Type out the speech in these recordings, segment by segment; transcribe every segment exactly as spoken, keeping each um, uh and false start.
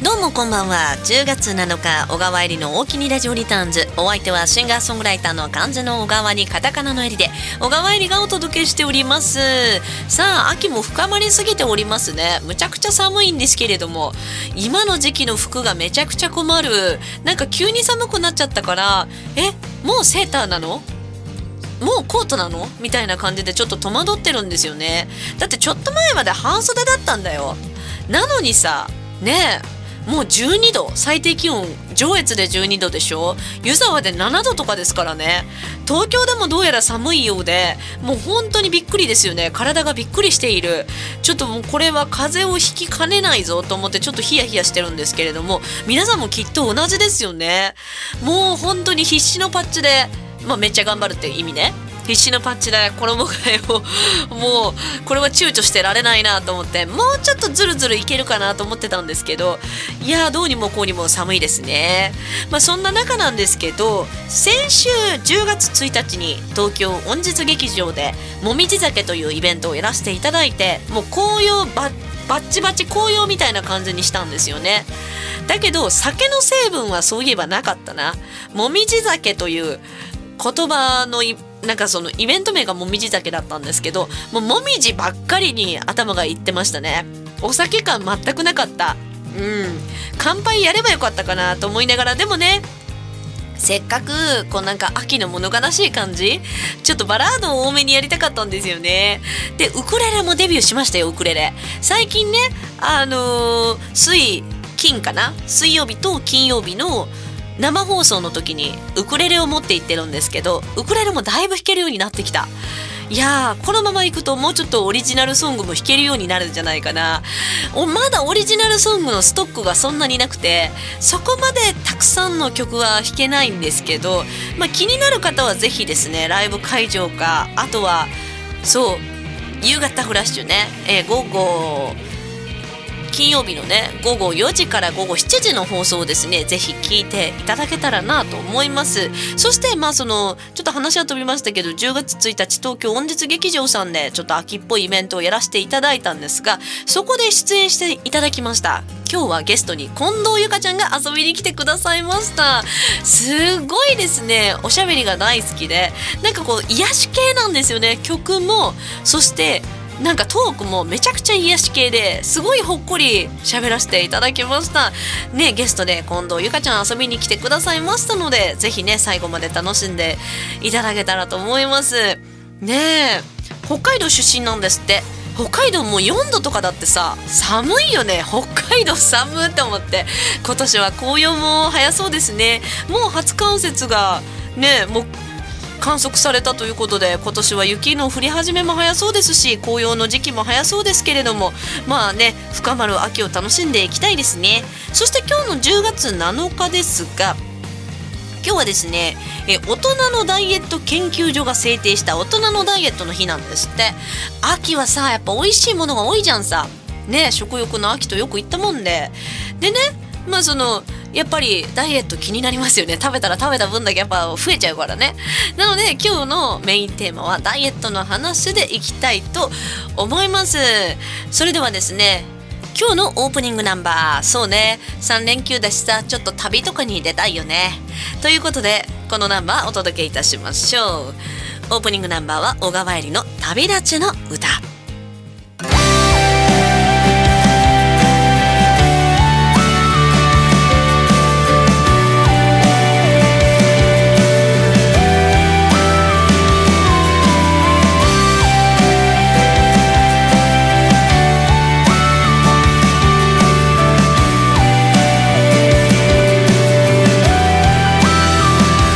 どうもこんばんは。じゅうがつなのか、小川えりの大きにラジオリターンズ。お相手はシンガーソングライターの漢字の小川にカタカナのえりで小川えりがお届けしております。さあ、秋も深まりすぎておりますね。むちゃくちゃ寒いんですけれども、今の時期の服がめちゃくちゃ困る。なんか急に寒くなっちゃったから、え、もうセーターなの？もうコートなの？みたいな感じでちょっと戸惑ってるんですよね。だってちょっと前まで半袖だったんだよ。なのにさ、ねえ、もうじゅうにど、最低気温上越でじゅうにどでしょ。湯沢でななどとかですからね。東京でもどうやら寒いようで、もう本当にびっくりですよね。体がびっくりしている。ちょっともうこれは風邪をひきかねないぞと思ってちょっとヒヤヒヤしてるんですけれども、皆さんもきっと同じですよね。もう本当に必死のパッチで、まあ、めっちゃ頑張るって意味ね。必死のパッチで衣替えをもうこれは躊躇してられないなと思って、もうちょっとずるずるいけるかなと思ってたんですけど、いやどうにもこうにも寒いですね。まあそんな中なんですけど、先週じゅうがつついたちに東京温実劇場でもみじ酒というイベントをやらせていただいて、もう紅葉バッバッチバチ紅葉みたいな感じにしたんですよね。だけど酒の成分はそういえばなかったな。もみじ酒という言葉のなんかそのイベント名がもみじ酒だったんですけど、もうもみじばっかりに頭がいってましたね。お酒感全くなかった。うん、乾杯やればよかったかなと思いながら、でもね、せっかくこうなんか秋の物悲しい感じ、ちょっとバラードを多めにやりたかったんですよね。でウクレレもデビューしましたよ。ウクレレ最近ね、あのー、水金かな水曜日と金曜日の生放送の時にウクレレを持って行ってるんですけど、ウクレレもだいぶ弾けるようになってきた。いやー、このまま行くともうちょっとオリジナルソングも弾けるようになるんじゃないかな。まだオリジナルソングのストックがそんなになくて、そこまでたくさんの曲は弾けないんですけど、まあ、気になる方はぜひですね、ライブ会場か、あとはそう夕方フラッシュね、えー、午後金曜日のねごごよじからごごしちじの放送をですね、ぜひ聞いていただけたらなと思います。そしてまあそのちょっと話は飛びましたけど、じゅうがつついたち東京温実劇場さんでちょっと秋っぽいイベントをやらせていただいたんですが、そこで出演していただきました。今日はゲストに近藤ゆかちゃんが遊びに来てくださいました。すごいですね、おしゃべりが大好きで、なんかこう癒し系なんですよね。曲もそしてなんかトークもめちゃくちゃ癒し系で、すごいほっこり喋らせていただきましたね。ゲストで近藤ゆかちゃん遊びに来てくださいましたので、ぜひね最後まで楽しんでいただけたらと思いますね。え北海道出身なんですって。北海道もよんどとかだってさ、寒いよね。北海道寒って思って、今年は紅葉も早そうですね。もう初冠雪がねもう観測されたということで、今年は雪の降り始めも早そうですし、紅葉の時期も早そうですけれども、まあね深まる秋を楽しんでいきたいですね。そして今日のじゅうがつなのかですが、今日はですねえ大人のダイエット研究所が制定した大人のダイエットの日なんですって。秋はさやっぱ美味しいものが多いじゃんさね、食欲の秋とよく言ったもんで、でねまあそのやっぱりダイエット気になりますよね。食べたら食べた分だけやっぱ増えちゃうからね。なので今日のメインテーマはダイエットの話でいきたいと思います。それではですね、今日のオープニングナンバー、そうねさんれんきゅうだしさ、ちょっと旅とかに出たいよねということで、このナンバーお届けいたしましょう。オープニングナンバーは小川えりの旅立ちの歌。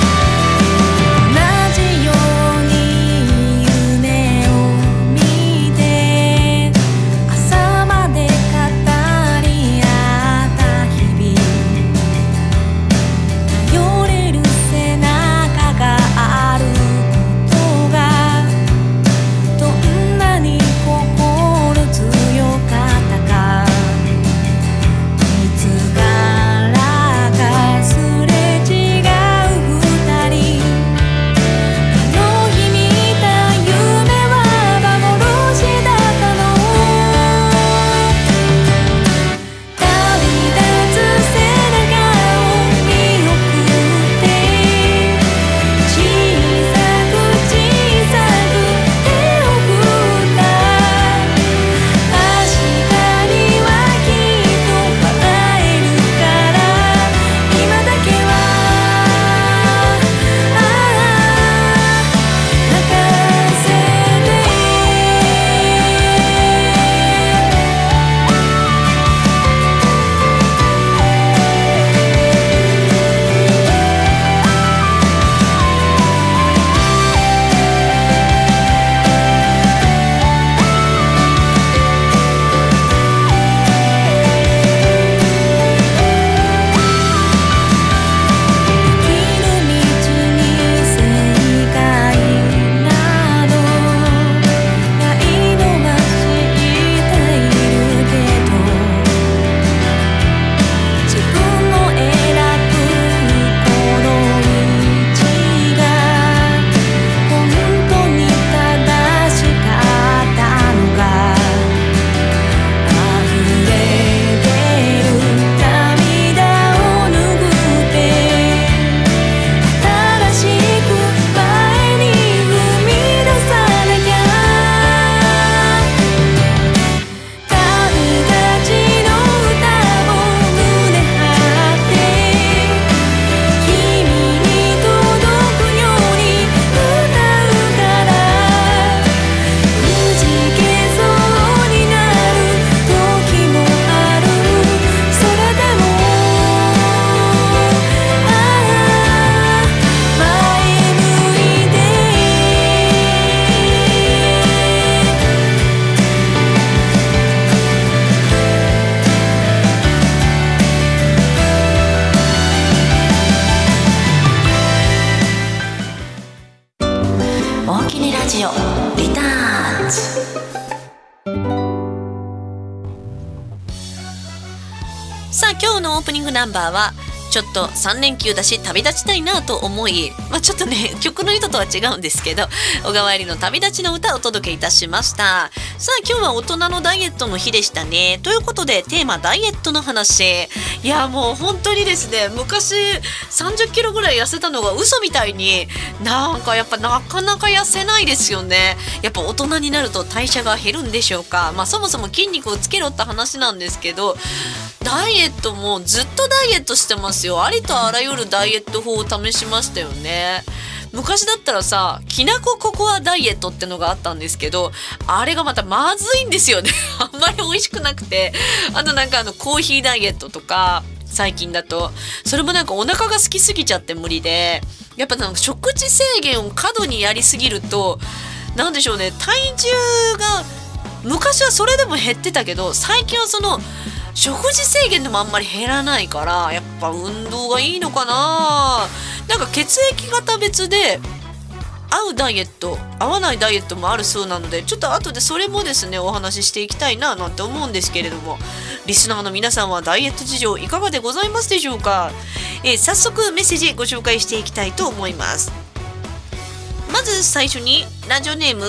同じように夢を見さあ今日のオープニングナンバーはちょっとさん連休だし旅立ちたいなと思い、まあ、ちょっとね曲の意図とは違うんですけど、小川えりの旅立ちの歌をお届けいたしました。さあ今日は大人のダイエットの日でしたね。ということでテーマダイエットの話。いやもう本当にですね、昔さんじゅっキロぐらい痩せたのが嘘みたいに、なんかやっぱなかなか痩せないですよね。やっぱ大人になると代謝が減るんでしょうか。まあそもそも筋肉をつけろって話なんですけど、ダイエットもずっとダイエットしてますよ。ありとあらゆるダイエット法を試しましたよね。昔だったらさ、きなこココアダイエットってのがあったんですけど、あれがまたまずいんですよねあんまり美味しくなくて、あとなんかあのコーヒーダイエットとか最近だと、それもなんかお腹が空きすぎちゃって無理で、やっぱなんか食事制限を過度にやりすぎると、なんでしょうね、体重が昔はそれでも減ってたけど、最近はその食事制限でもあんまり減らないから、やっぱ運動がいいのかな。なんか血液型別で合うダイエット、合わないダイエットもあるそうなので、ちょっと後でそれもですねお話ししていきたいななんて思うんですけれども、リスナーの皆さんはダイエット事情いかがでございますでしょうか。えー、早速メッセージご紹介していきたいと思います。まず最初にラジオネーム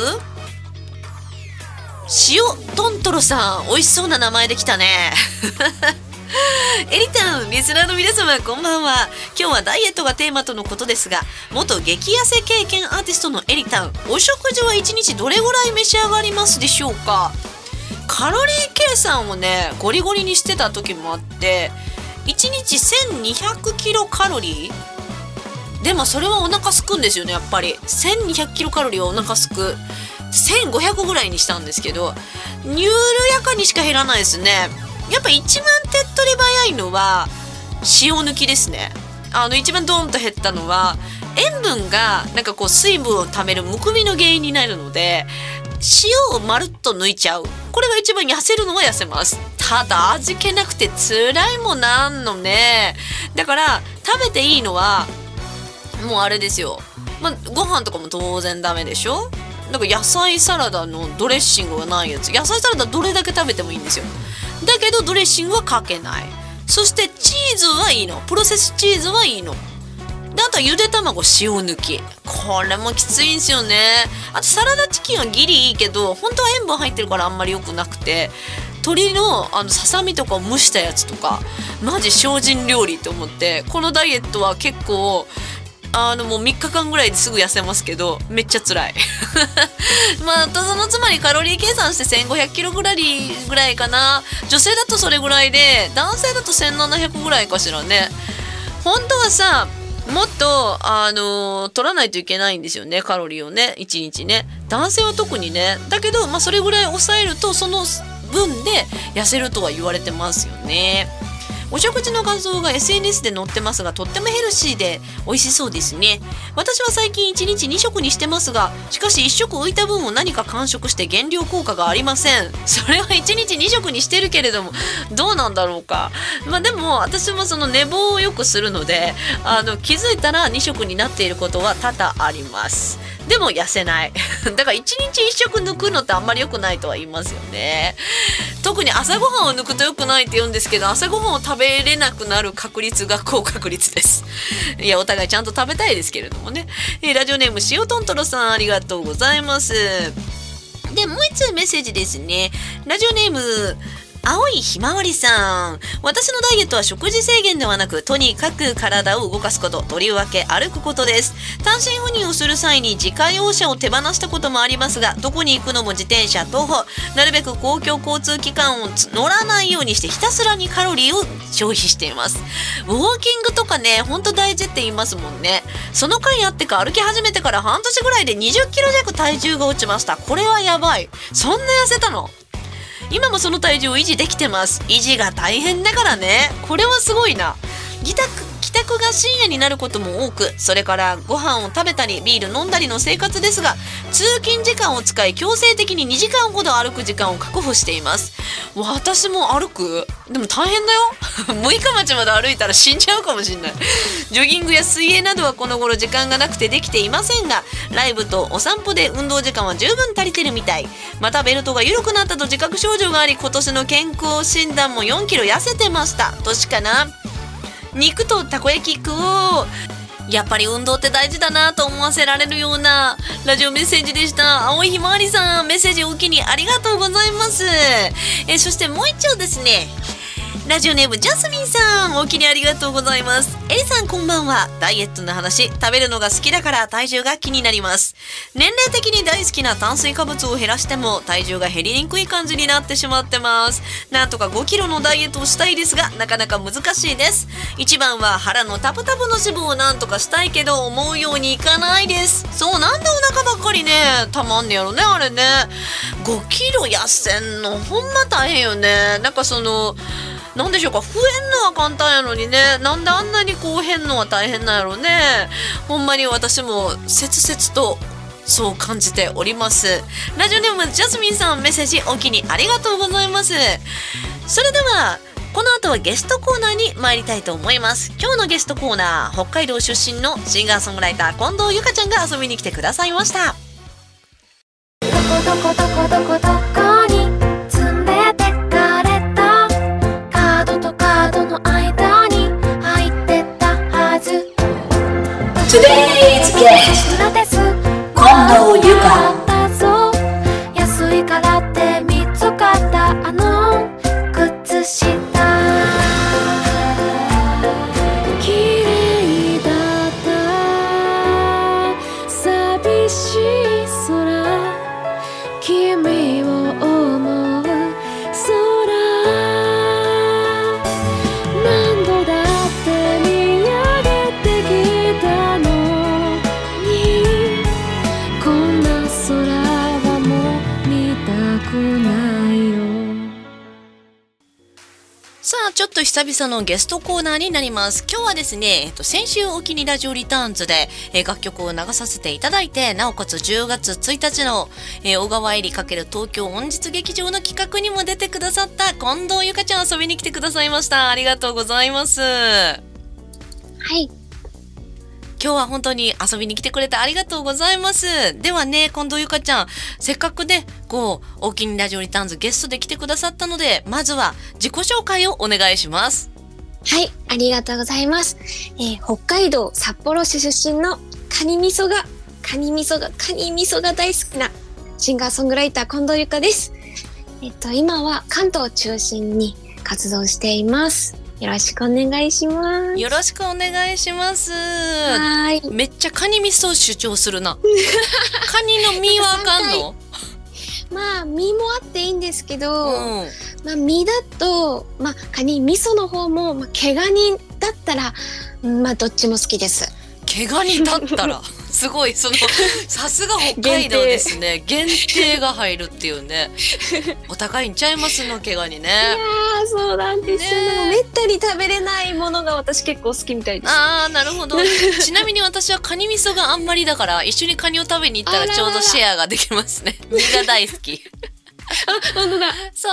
塩トントロさん、美味しそうな名前できたねエリタン、リスナーの皆様こんばんは。今日はダイエットがテーマとのことですが、元激痩せ経験アーティストのエリタン、お食事はいちにちどれぐらい召し上がりますでしょうか。カロリー計算をねゴリゴリにしてた時もあって、いちにちせんにひゃくキロカロリーでもそれはお腹すくんですよね。やっぱりせんにひゃくキロカロリーはお腹すく。せんごひゃくぐらいにしたんですけど、緩やかにしか減らないですね。やっぱ一番手っ取り早いのは塩抜きですね。あの一番ドーンと減ったのは、塩分がなんかこう水分をためるむくみの原因になるので、塩をまるっと抜いちゃう。これが一番痩せるのは痩せます。ただ味気なくて辛いもんなんのね。だから食べていいのはもうあれですよ、まあ、ご飯とかも当然ダメでしょ。なんか野菜サラダのドレッシングがないやつ、野菜サラダどれだけ食べてもいいんですよ。だけどドレッシングはかけない。そしてチーズはいいの、プロセスチーズはいいので、あとはゆで卵塩抜き、これもきついんですよね。あとサラダチキンはギリいいけど、本当は塩分入ってるからあんまり良くなくて、鶏のあのささみとかを蒸したやつとかマジ精進料理と思って、このダイエットは結構あのもうみっかかんぐらいですぐ痩せますけど、めっちゃ辛いまあそのつまりカロリー計算してせんごひゃくキロぐらいぐらいかな。女性だとそれぐらいで、男性だとせんななひゃくぐらいかしらね。本当はさもっとあのー、取らないといけないんですよね、カロリーをね、いちにちね。男性は特にね。だけどまあそれぐらい抑えるとその分で痩せるとは言われてますよね。お食事の画像が エスエヌエス で載ってますが、とってもヘルシーで美味しそうですね。私は最近いちにちに食にしてますが、しかしいっ食浮いた分を何か完食して減量効果がありません。それはいちにちに食にしてるけれどもどうなんだろうか。まあでも私もその寝坊をよくするので、あの気づいたらに食になっていることは多々あります。でも痩せないだからいちにちいっ食抜くのってあんまり良くないとは言いますよね。特に朝ごはんを抜くと良くないって言うんですけど、朝ごはんを食べれなくなる確率が高確率です。いやお互いちゃんと食べたいですけれどもね。えー、ラジオネーム塩トントロさん、ありがとうございます。でもう一通メッセージですね。ラジオネーム青いひまわりさん、私のダイエットは食事制限ではなく、とにかく体を動かすこと、とりわけ歩くことです。単身赴任をする際に自家用車を手放したこともありますが、どこに行くのも自転車徒歩、なるべく公共交通機関を乗らないようにしてひたすらにカロリーを消費しています。ウォーキングとかね、ほんと大事って言いますもんね。その回あってか歩き始めてから半年ぐらいでにじゅっキロ弱体重が落ちました。これはやばい。そんな痩せたの？今もその体重を維持できてます。維持が大変だからね。これはすごいな。帰宅帰宅宅が深夜になることも多く、それからご飯を食べたりビール飲んだりの生活ですが、通勤時間を使い強制的ににじかんほど歩く時間を確保しています。私も歩く？でも大変だよむいか町まで歩いたら死んじゃうかもしんないジョギングや水泳などはこの頃時間がなくてできていませんが、ライブとお散歩で運動時間は十分足りてるみたい。またベルトが緩くなったと自覚症状があり、今年の健康診断もよんキロ痩せてました。年かな。肉とたこ焼き食おう。やっぱり運動って大事だなと思わせられるようなラジオメッセージでした。青いひまわりさん、メッセージおおきにありがとうございます。えそしてもう一丁ですね、ラジオネームジャスミンさん、おおきにありがとうございます。エリさんこんばんは。ダイエットの話、食べるのが好きだから体重が気になります。年齢的に大好きな炭水化物を減らしても体重が減りにくい感じになってしまってます。なんとかごキロのダイエットをしたいですが、なかなか難しいです。一番は腹のタプタプの脂肪をなんとかしたいけど思うようにいかないです。そう、なんでお腹ばっかりねたまんねやろね、あれね。ごキロ痩せんのほんま大変よね。なんかそのなんでしょうか、増えんのは簡単やのにね、なんであんなにこう減んのは大変なんやろね。ほんまに私も切々とそう感じております。ラジオネームジャスミンさん、メッセージお気にありがとうございます。それではこの後はゲストコーナーに参りたいと思います。今日のゲストコーナー、北海道出身のシンガーソングライター近藤ゆかちゃんが遊びに来てくださいました。 どこどこどこどこどこに詰めてかれた、カードとカードの間に入ってたはず。 Today's guest 近藤ゆか。 安いからって見つかったあの靴下、綺麗だった寂しい空、君を思う空、何度だって見上げてきたのに、こんな空はもう見たくないよ。 さあ、ちょっと久々のゲストコーナーになります。今日はですね、えっと、先週お気にラジオリターンズで、えー、楽曲を流させていただいて、なおかつじゅうがつついたちの、えー、小川えり×東京音実劇場の企画にも出てくださった近藤ゆかちゃん、遊びに来てくださいました。ありがとうございます。 はい、 今日は本当に遊びに来てくれてありがとうございます。ではね、近藤ゆかちゃん、せっかくね、こう、お気にラジオリターンズゲストで来てくださったので、まずは自己紹介をお願いします。 はい、ありがとうございます。えー、北海道札幌市出身のカニ味噌が、カニ味噌が、カニ味噌が大好きなシンガーソングライター近藤ゆかです。えっと、今は関東を中心に活動しています。よろしくお願いします。 よろしくお願いします。 はい。 めっちゃカニ味噌主張するな。カニの身はあかんの？ まあ身もあっていいんですけど、 うん、 まあ身だと、まあカニ味噌の方も、まあ、毛ガニだったら、まあどっちも好きです。 毛ガニだったらすごい、そのさすが北海道ですね。限定が入るっていうね。お高いんちゃいますの、毛ガニね。 いやー、そうなんですよ、ね、めったに食べれないものが私結構好きみたいです。 あー、なるほど。ちなみに私はカニ味噌があんまりだから、一緒にカニを食べに行ったらちょうどシェアができますね。身が大好き。 あ、本当だ。 そう、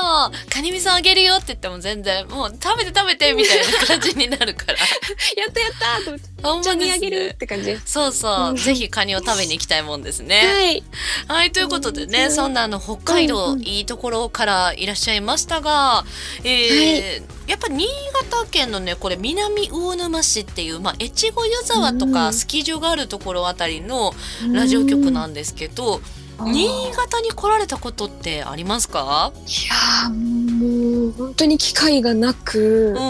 カニ味噌あげるよって言っても全然もう食べて食べてみたいな感じになるからやったやったーと思って、 ほんまですね、 あげるって感じです。 そうそう、うん、ぜひカニを食べに行きたいもんですね。 はい、 はい、ということでね、そんなあの北海道、うんうん、いいところからいらっしゃいましたが、えーはい、やっぱ新潟県のね、これ南魚沼市っていう、まあ、越後湯沢とかスキー場があるところあたりのラジオ局なんですけど、新潟に来られたことってありますか？ いやもう本当に機会がなく、うんうんうんうん、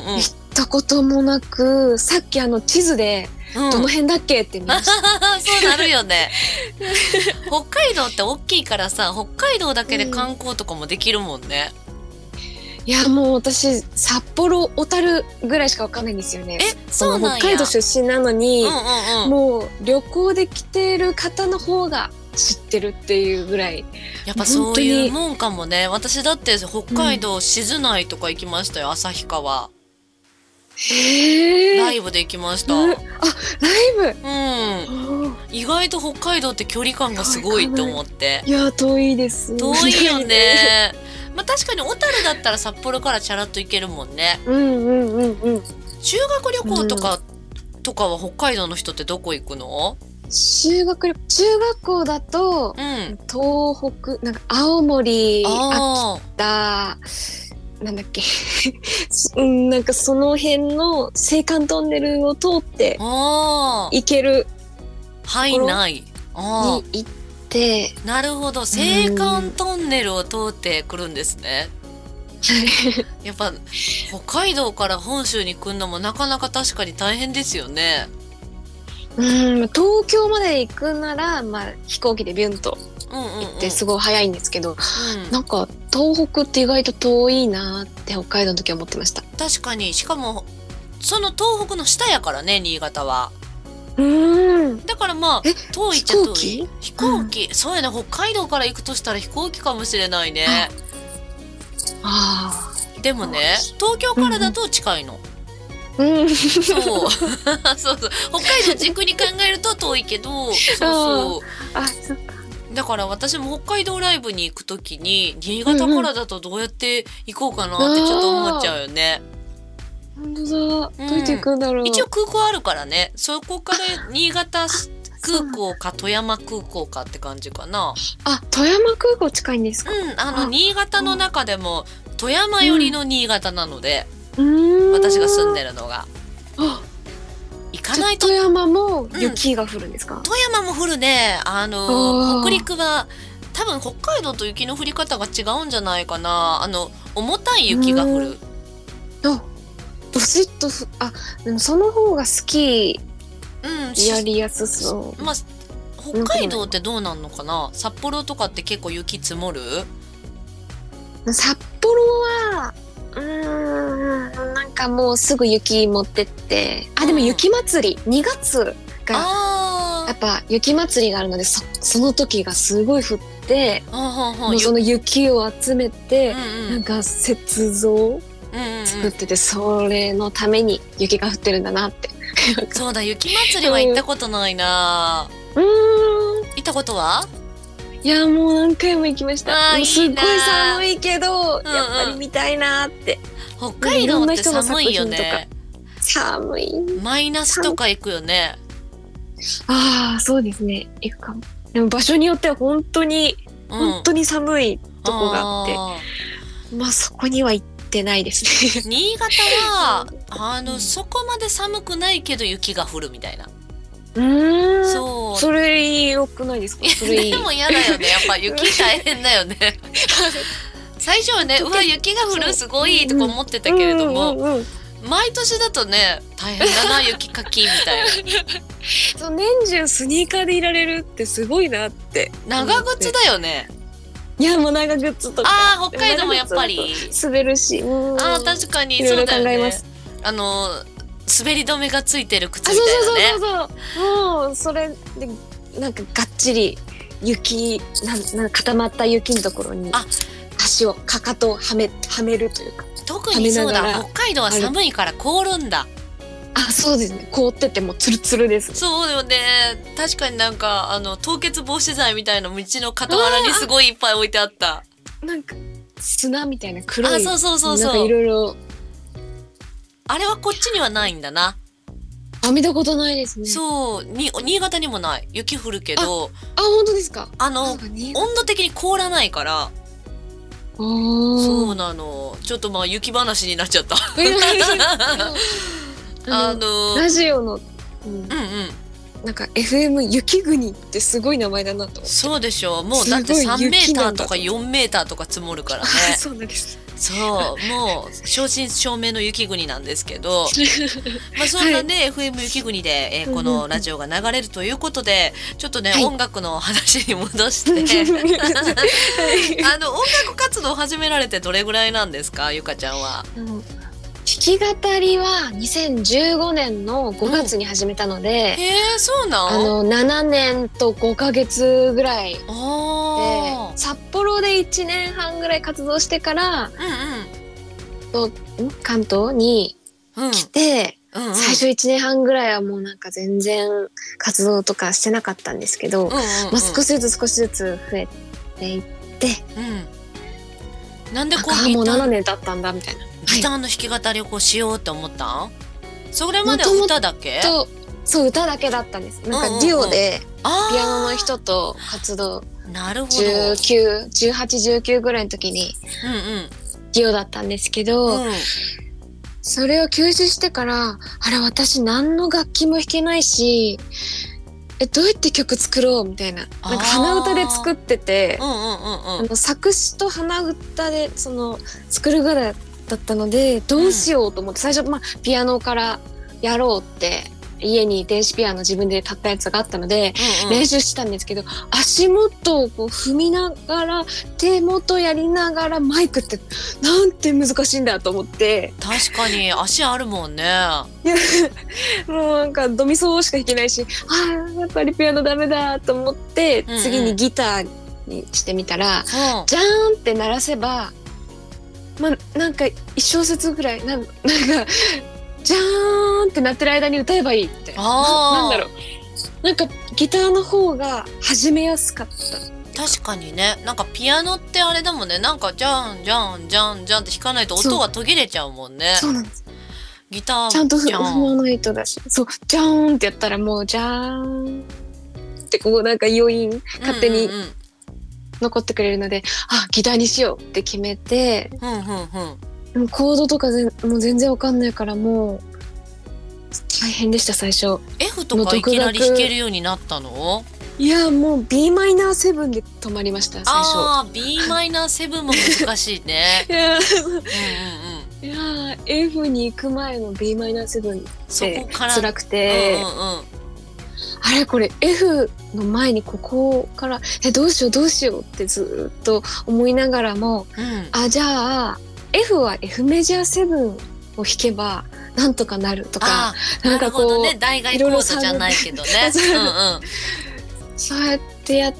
行ったこともなく、さっきあの地図でどの辺だっけって見ました、 うん、そうなるよね。北海道って大きいからさ、北海道だけで観光とかもできるもんね、 うん、いやもう私札幌小樽ぐらいしかわかんないんですよね。 え、そうなんや。 北海道出身なのに、 うんうんうん、 もう旅行で来てる方の方が知ってるっていうぐらい。 やっぱそういうもんかもね。私だって北海道静内とか行きましたよ、旭川。 へえ。 ライブで行きました。 うん、あ、ライうん。 ブ。 意外と北海道って距離感がすごいと思って。 いや遠いです。 遠いよね。まあ確かに小樽だったら札幌からチャラッと行けるもんね。 うんうんうんうん。 修学旅行とか、うん、とかは北海道の人ってどこ行くの？ 修学旅中学校だと、うん、東北なんか青森、秋田なんだっけなんかその辺の青函トンネルを通って行ける範囲内に行って、 なるほど、青函トンネルを通ってくるんですね。やっぱ北海道から本州に来るのもなかなか確かに大変ですよね。 うん、東京まで行くなら、まあ、飛行機でビュンと行ってすごい早いんですけど、うんうんうん、なんか東北って意外と遠いなって北海道の時は思ってました。 確かに、しかもその東北の下やからね、新潟は。 うんだからまあ遠いっちゃ遠い。飛行機、うん、そうやな、北海道から行くとしたら飛行機かもしれないね。 ああでもね、東京からだと近いの。 うん、 そうそうそう北海道軸に考えると遠いけど、そうそうあそっか。 だから私も北海道ライブに行くときに新潟からだとどうやって行こうかなってちょっと思っちゃうよね。 本当だ、どうやって行くんだろう。 一応空港あるからね、そこから新潟空港か富山空港かって感じかな。 あ、富山空港近いんですか？ うん、あの新潟の中でも富山寄りの新潟なので、 うん、 私が住んでるのが。行かないと。 富山も雪が降るんですか？ うん、富山も降るね。あの北陸は多分北海道と雪の降り方が違うんじゃないかな。あの重たい雪が降る。 あ、どしっとふあ、でもその方がスキーやりやすそう。 まあ北海道ってどうなんのかな。札幌とかって結構雪積もる？ 札幌はうーんなんかもうすぐ雪持ってって、あでも雪祭り、うん、にがつがやっぱ雪祭りがあるので、 そ, その時がすごい降って、もうその雪を集めて、うんうん、なんか雪像作ってて、うんうん、それのために雪が降ってるんだなってそうだ、雪祭りは行ったことないな。 うん、 行ったことは？ いやもう何回も行きました。もうすっごい寒いけど、 うんうん、 やっぱり見たいなって。 北海道って寒いよね。 寒い。 マイナスとか行くよね。 ああそうですね、行くかも。でも場所によっては本当に、うん、本当に寒いとこがあって、あまあそこには行ってないですね。 新潟はあのそこまで寒くないけど雪が降るみたいな。 うーん、 そう。 それ良くないですか？それいい。 でも嫌だよね。やっぱ雪大変だよね。最初はね、うわ雪が降るすごいとか思ってたけれども、うんうんうん、毎年だとね大変だな雪かきみたいな。 そう年中スニーカーでいられるってすごいなって。 長靴だよね。 いやもう長靴とか。 ああ北海道もやっぱり滑るし。 ああ確かにそうだよね。あの滑り止めがついてる靴みたいなね。 そうそうそうそう。もうそれでなんかがっちり雪なんなん固まった雪のところに足をかかとをはめはめるというか。 特にそうだ、北海道は寒いから凍るんだ。 あ、そうですね。凍っててもツルツルです。 そうよね。確かになんかあの凍結防止剤みたいな道の傍らにすごいいっぱい置いてあった。 なんか砂みたいな黒い。 あ、そうそうそうそう。 なんかいろいろ。 あれはこっちにはないんだな。 あ、見たことないですね。 そう、に新潟にもない。雪降るけど。 あ、本当ですか。 あの温度的に凍らないから。そうなの。ちょっとまあ雪話になっちゃった。あのラジオの、 うん、うんうん。 なんか エフエム 雪国ってすごい名前だなと思って。 そうでしょう。もうだってさんメーターとかよんメーターとか積もるからね。 そうなんです。 そう、もう正真正銘の雪国なんですけど、まあそんなね、はい、エフエム 雪国で、えー、このラジオが流れるということで、ちょっとね、はい、音楽の話に戻して、あの音楽活動を始められてどれぐらいなんですか、ゆかちゃんは。うん、 弾き語りはにせんじゅうごねんのごがつに始めたので、うん、 へー、そうなん？ あのななねんとごかげつぐらいで、札幌でいちねんはんぐらい活動してから、 うんうん、 と関東に来て、 うんうん、 最初いちねんはんぐらいはもうなんか全然活動とかしてなかったんですけど、うんうんうん、まあ、少しずつ少しずつ増えていって、 うん、なんでこうもうななねん経ったんだみたいな。 ギターの弾き語りをこうしようって思ったん、はい、それまでは歌だけ？ とそう歌だけだったんです。なんかデュオでピアノの人と活動、 なるほど、 じゅうきゅう、じゅうはち、じゅうきゅうぐらいの時にデュオだったんですけど、うんうん、それを休止してからあれ私何の楽器も弾けないし、えどうやって曲作ろうみたいな、なんか鼻歌で作ってて、うんうんうんうん、あの作詞と鼻歌でその作るぐらいだったのでどうしようと思って、最初、まあ、ピアノからやろうって家に電子ピアノ自分で買ったやつがあったので、うんうん、練習したんですけど、足元をこう踏みながら手元やりながらマイクってなんて難しいんだと思って。 確かに足あるもんね。いやもうなんかドミソしか弾けないし、あやっぱりピアノダメだと思って、うんうん、次にギターにしてみたら、うん、ジャーンって鳴らせば、まあ、なんか一小節ぐらいな、なんかじゃーんって鳴ってる間に歌えばいいって。あな、なんだろう。なんかギターの方が始めやすかった。 確かにね。なんかピアノってあれだもんね。なんかじゃんじゃんじゃんじゃんって弾かないと音が途切れちゃうもんね。 そうなんです。 ギターちゃんと踏まないとだし。そう、じゃーんってやったらもうじゃーんってこうなんか余韻勝手に残ってくれるので、うんうんうん、あギターにしようって決めて。うんうんうんもうコードとかぜもう全然わかんないからもう大変でした最初。 F とかいきなり弾けるようになったの？ いやもう ビーマイナーセブンで止まりました最初。 あー ビーマイナーセブンも難しいね。いや、 うんうんうん、いや F に行く前の ビーマイナーセブンって辛くて、うんうんうん、あれこれ F の前にここからえどうしようどうしようってずっと思いながらも、うん、あじゃあF は F メジャーセブンを弾けばなんとかなるとか、 なんかこう、ね、代替コードじゃないけどね。うんうん、 そうやってやって、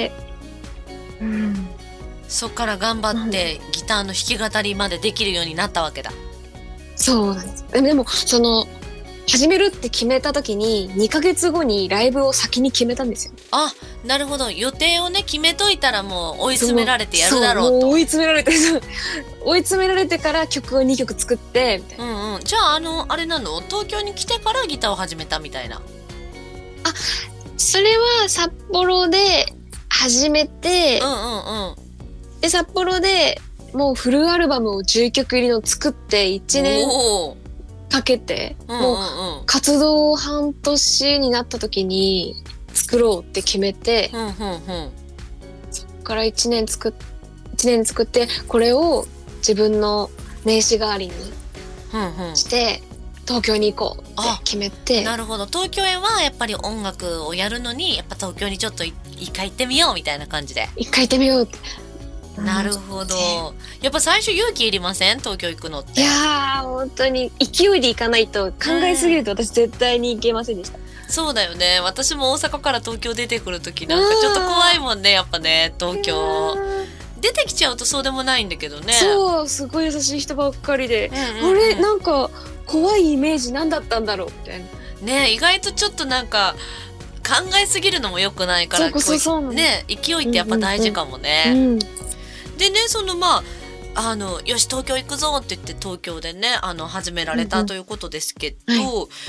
うん、 そっから頑張って、うん、ギターの弾き語りまでできるようになったわけだ。 そうなんです。でもその始めるって決めた時ににかげつごにライブを先に決めたんですよ。 あ、なるほど。予定をね決めといたらもう追い詰められてやるだろうと。 そう追い詰められて追い詰められてから曲をにきょく作ってみたいな。 うんうん。じゃああのあれなの？東京に来てからギターを始めたみたいな。あ、 それは札幌で始めて、うんうんうん。で札幌でもうフルアルバムをじゅうきょく入りの作っていちねんかけて、うんうんうん、もう活動半年になった時に作ろうって決めて、うんうんうん、そっからいちねん作っいちねん作ってこれを自分の名刺代わりにして、うんうん、東京に行こうって決めて。 なるほど。東京へはやっぱり音楽をやるのにやっぱ東京にちょっと一回行ってみようみたいな感じで。 一回行ってみようって。 なるほど。やっぱ最初勇気いりません？東京行くのって。 いやー本当に勢いで行かないと、考えすぎると私絶対に行けませんでした。 うん、そうだよね。私も大阪から東京出てくる時なんかちょっと怖いもんねやっぱね東京。出てきちゃうとそうでもないんだけどね。そうすごい優しい人ばっかりで、うんうんうん、あれなんか怖いイメージなんだったんだろうみたいな。 ね意外とちょっとなんか考えすぎるのも良くないから、 そうそうそうね勢いってやっぱ大事かもね。うんうんうん、でねそのまああのよし東京行くぞって言って東京でねあの始められた、うんうん、ということですけど、はい、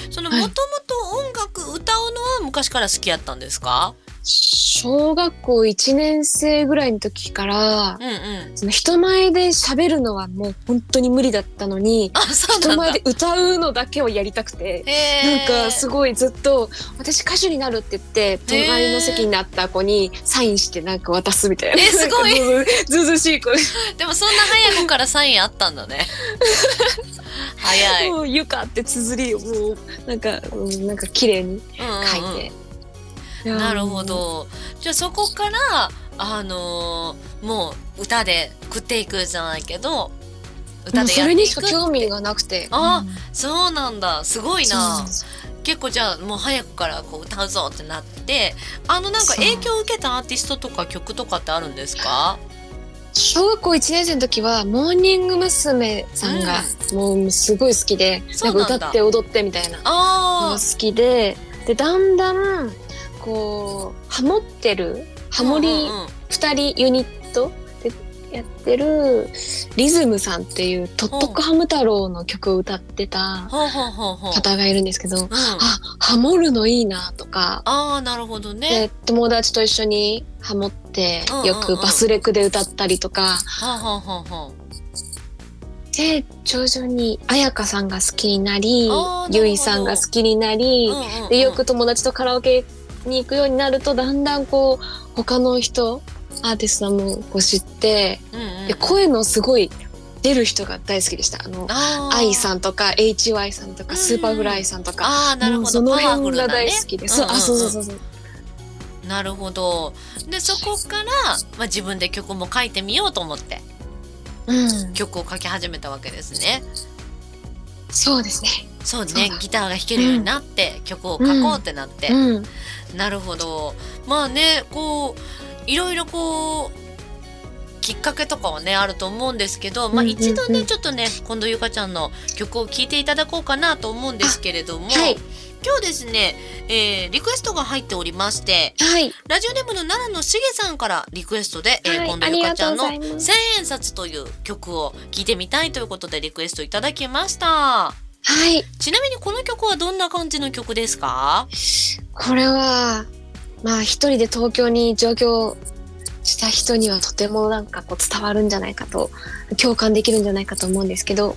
そのもともと音楽歌うのは昔から好きやったんですか？ 小学校いちねん生ぐらいの時から、うんうん、その人前で喋るのはもう本当に無理だったのに、 あ、そうなんだ。 人前で歌うのだけをやりたくて、なんかすごいずっと私歌手になるって言って隣の席になった子にサインしてなんか渡すみたいな。 えー、すごいずうずうしい子でもそんな早い子からサインあったんだね早い。 もうゆかって綴りをもうなんか、うん、なんか綺麗に書いて、うんうんうんなるほど。じゃあそこからあのー、もう歌で食っていくじゃないけど歌でやっていくって。 それにしか興味がなくて。 あ、うん、そうなんだ。すごいな。結構じゃあもう早くからこう歌うぞってなって、あのなんか影響を受けたアーティストとか曲とかってあるんですか？ 小学校いちねん生の時はモーニング娘。さんがもうすごい好きで、うん、なんか歌って踊ってみたいなのが好きで、でだんだんこうハモってるハモリふたりユニットでやってるリズムさんっていうトットコハム太郎の曲を歌ってた方がいるんですけど、うん、あハモるのいいなとか、 あーなるほどね、 で友達と一緒にハモってよくバスレクで歌ったりとか、で徐々に彩香さんが好きになり、ゆいさんが好きになり、うんうんうん、でよく友達とカラオケに行くようになるとだんだんこう他の人アーティストもこう知って、うんうんうん、で声のすごい出る人が大好きでした。あの愛さんとか エイチワイ さんとか、うん、スーパーフライさんとか、 あーなるほど、 その辺が大好きで、そう、あ、そうそうそうそう、 なるほど。でそこから、まあ、自分で曲も書いてみようと思って、うん、曲を書き始めたわけですね。 そうですね。 そうね、ギターが弾けるようになって、うん、曲を書こうってなって、うん、なるほど。まあね、こういろいろこうきっかけとかはねあると思うんですけど、まあ、一度ね、うんうんうん、ちょっとね近藤ゆかちゃんの曲を聴いていただこうかなと思うんですけれども、はい、今日ですね、えー、リクエストが入っておりまして、はい、ラジオネームの奈良のしげさんからリクエストで、はい、えー、近藤ゆかちゃんの千円札という曲を聴いてみたいということでリクエストいただきました。はい、ちなみにこの曲はどんな感じの曲ですか？ これはまあ一人で東京に上京した人にはとてもなんかこう伝わるんじゃないかと、共感できるんじゃないかと思うんですけど、うんうん、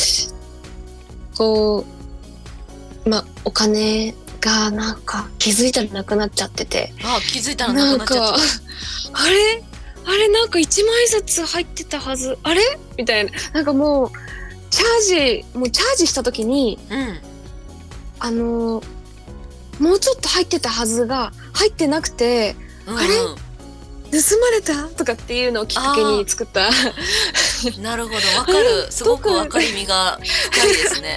こうまあお金がなんか気づいたらなくなっちゃってて、 あ気づいたらなくなっちゃった、 あれあれなんか一万円札入ってたはず、あれみたいな、なんかもうチャージもうチャージした時に、うん、あのもうちょっと入ってたはずが入ってなくて、うんうん、あれ盗まれたとかっていうのをきっかけに作ったなるほど、わかる、すごく分かりみが深いですね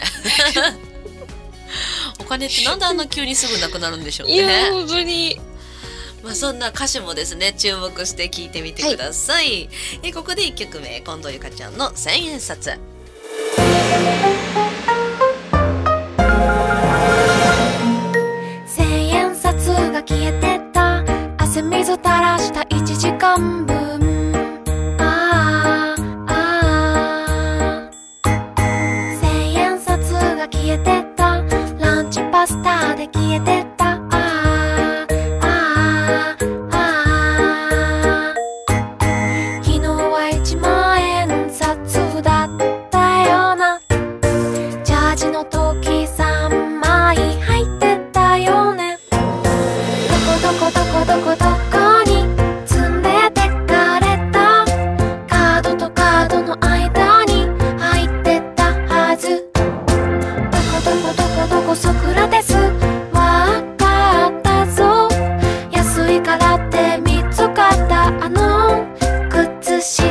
お金ってなんであんな急にすぐなくなるんでしょうね。 いや本当に、 まあ、そんな歌詞もですね注目して聴いてみてください、はい、えここでいっきょくめ、近藤ゆかちゃんの千円札。 千円札が消えてた、汗水垂らしたいちじかんぶん、あーあー千円札が消えてた、ランチパスタで消えてた、あーあーあー昨日はいちまん円札だったよな、ジャージの時さんまい入ってたよね、どこどこどこどこどこに積んでてかれた、カードとカードの間に入ってたはず、どこどこどこどこソクラテスわかったぞ、安いからって見つかったあの靴下、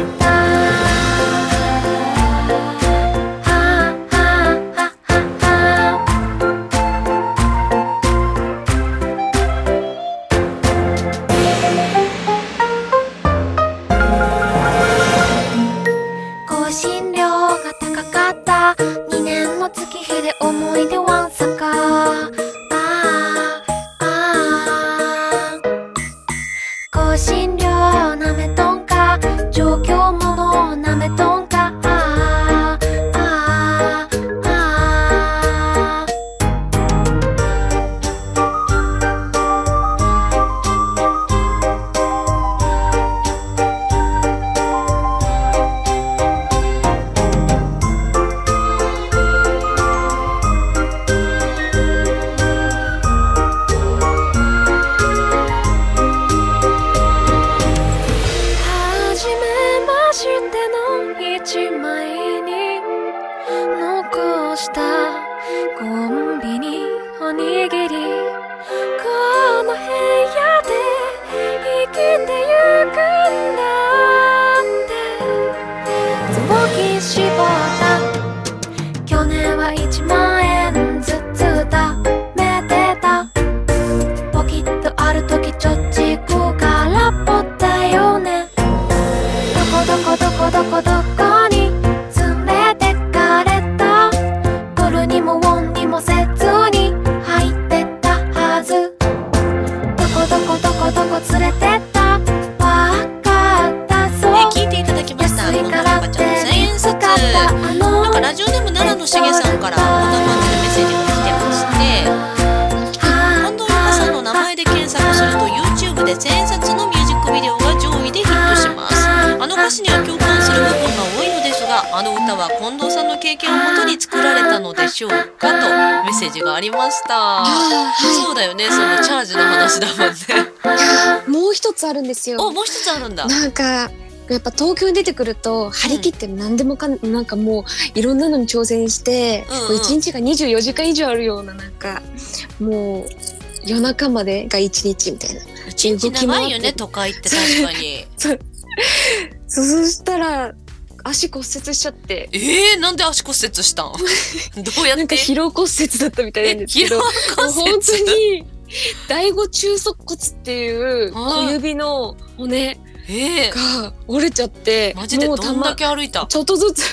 にねんの月日で思い出わんさか、あーあー更新料なめとんか、状況もなめとんか、あーあーあー一枚に残したコンビニおにぎり、この部屋で生きてゆくんだってつぼき絞った、去年はいちまん円ずつ貯めてた、ポキッとある時貯蓄空っぽだよね、どこどこで千円札のミュージックビデオが上位でヒットします。あの歌詞には共感する部分が多いのですが、あの歌は近藤さんの経験をもとに作られたのでしょうかとメッセージがありました。そうだよね、そのチャージの話だもんね。 もう一つあるんですよ。 お、もう一つあるんだ。 なんかやっぱ東京に出てくると張り切って何でもかん、うん、なんかもういろんなのに挑戦して、うんうん、いちにちがにじゅうよじかん以上あるような、なんかもう夜中までがいちにちみたいな。 いちにち長いよね、都会って。確かにそ, そしたら足骨折しちゃって。 えー、なんで足骨折したんどうやって。 なんか疲労骨折だったみたいなんですけど、 疲労骨折本当に第五中足骨っていう小指の骨が折れちゃって、 マジでどんだけ歩いた。 ちょっとずつ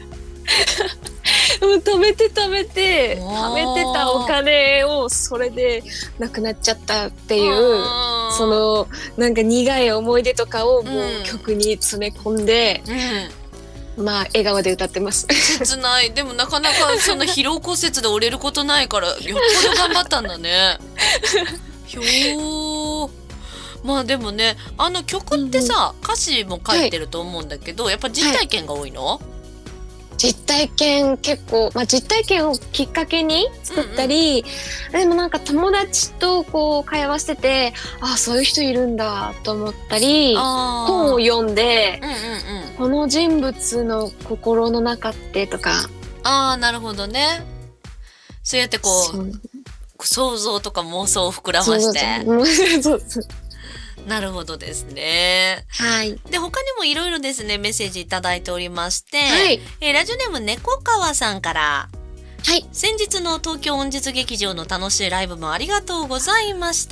貯めて貯めて貯めてたお金をそれでなくなっちゃったっていう、そのなんか苦い思い出とかをもう曲に詰め込んで、うん、まあ笑顔で歌ってます。 切ない。でもなかなかその疲労骨折で折れることないからよっぽど頑張ったんだね。ひょー。まあでもね、あの曲ってさ、うん、歌詞も書いてると思うんだけど、はい、やっぱ実体験が多いの？はい、 実体験結構、まあ、実体験をきっかけに作ったり、うんうん、でもなんか友達とこう会話してて、ああそういう人いるんだと思ったり、本を読んで、うんうんうん、この人物の心の中ってとか。 ああなるほどね。そうやってこう想像とか妄想を膨らまして。そうそうなるほどですね。 はい。 で、他にもいろいろですね、メッセージいただいておりまして、はい、えー、ラジオネーム猫川さんから、 はい。 先日の東京音実劇場の楽しいライブもありがとうございました。